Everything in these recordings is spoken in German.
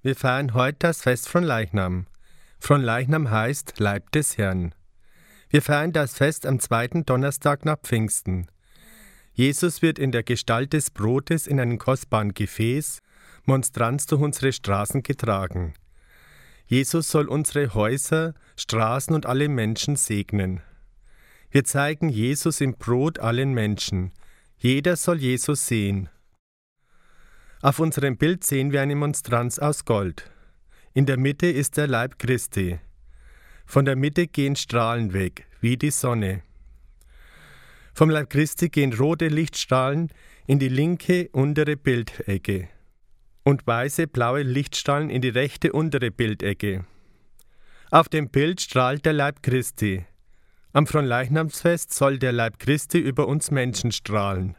Wir feiern heute das Fest von Leichnam. Fronleichnam heißt Leib des Herrn. Wir feiern das Fest am 2. Donnerstag nach Pfingsten. Jesus wird in der Gestalt des Brotes in einem kostbaren Gefäß, Monstranz durch unsere Straßen getragen. Jesus soll unsere Häuser, Straßen und alle Menschen segnen. Wir zeigen Jesus im Brot allen Menschen. Jeder soll Jesus sehen. Auf unserem Bild sehen wir eine Monstranz aus Gold. In der Mitte ist der Leib Christi. Von der Mitte gehen Strahlen weg, wie die Sonne. Vom Leib Christi gehen rote Lichtstrahlen in die linke untere Bildecke und weiße, blaue Lichtstrahlen in die rechte untere Bildecke. Auf dem Bild strahlt der Leib Christi. Am Fronleichnamsfest soll der Leib Christi über uns Menschen strahlen.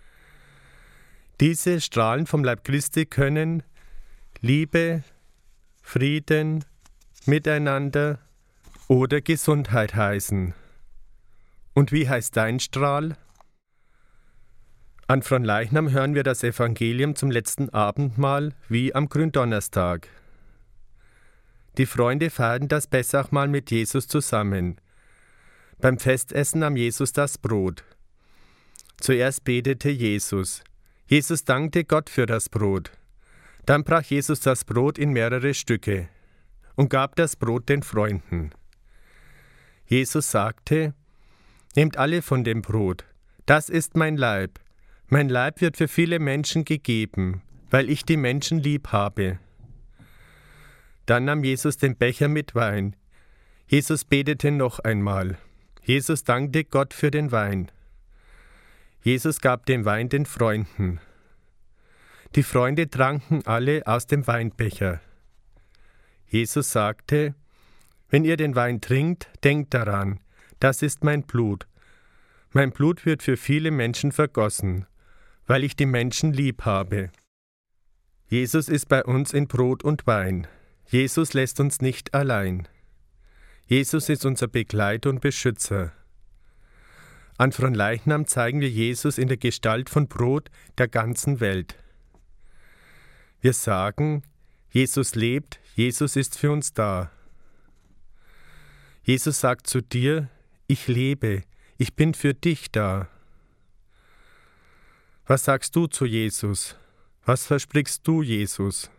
Diese Strahlen vom Leib Christi können Liebe, Frieden, Miteinander oder Gesundheit heißen. Und wie heißt dein Strahl? An Fronleichnam hören wir das Evangelium zum letzten Abendmahl wie am Gründonnerstag. Die Freunde feierten das Pessachmahl mit Jesus zusammen. Beim Festessen nahm Jesus das Brot. Zuerst betete Jesus. Jesus dankte Gott für das Brot. Dann brach Jesus das Brot in mehrere Stücke und gab das Brot den Freunden. Jesus sagte: Nehmt alle von dem Brot, das ist mein Leib. Mein Leib wird für viele Menschen gegeben, weil ich die Menschen lieb habe. Dann nahm Jesus den Becher mit Wein. Jesus betete noch einmal. Jesus dankte Gott für den Wein. Jesus gab den Wein den Freunden. Die Freunde tranken alle aus dem Weinbecher. Jesus sagte: Wenn ihr den Wein trinkt, denkt daran, das ist mein Blut. Mein Blut wird für viele Menschen vergossen, weil ich die Menschen lieb habe. Jesus ist bei uns in Brot und Wein. Jesus lässt uns nicht allein. Jesus ist unser Begleiter und Beschützer. An Fronleichnam zeigen wir Jesus in der Gestalt von Brot der ganzen Welt. Wir sagen: Jesus lebt, Jesus ist für uns da. Jesus sagt zu dir: Ich lebe, ich bin für dich da. Was sagst du zu Jesus? Was versprichst du Jesus?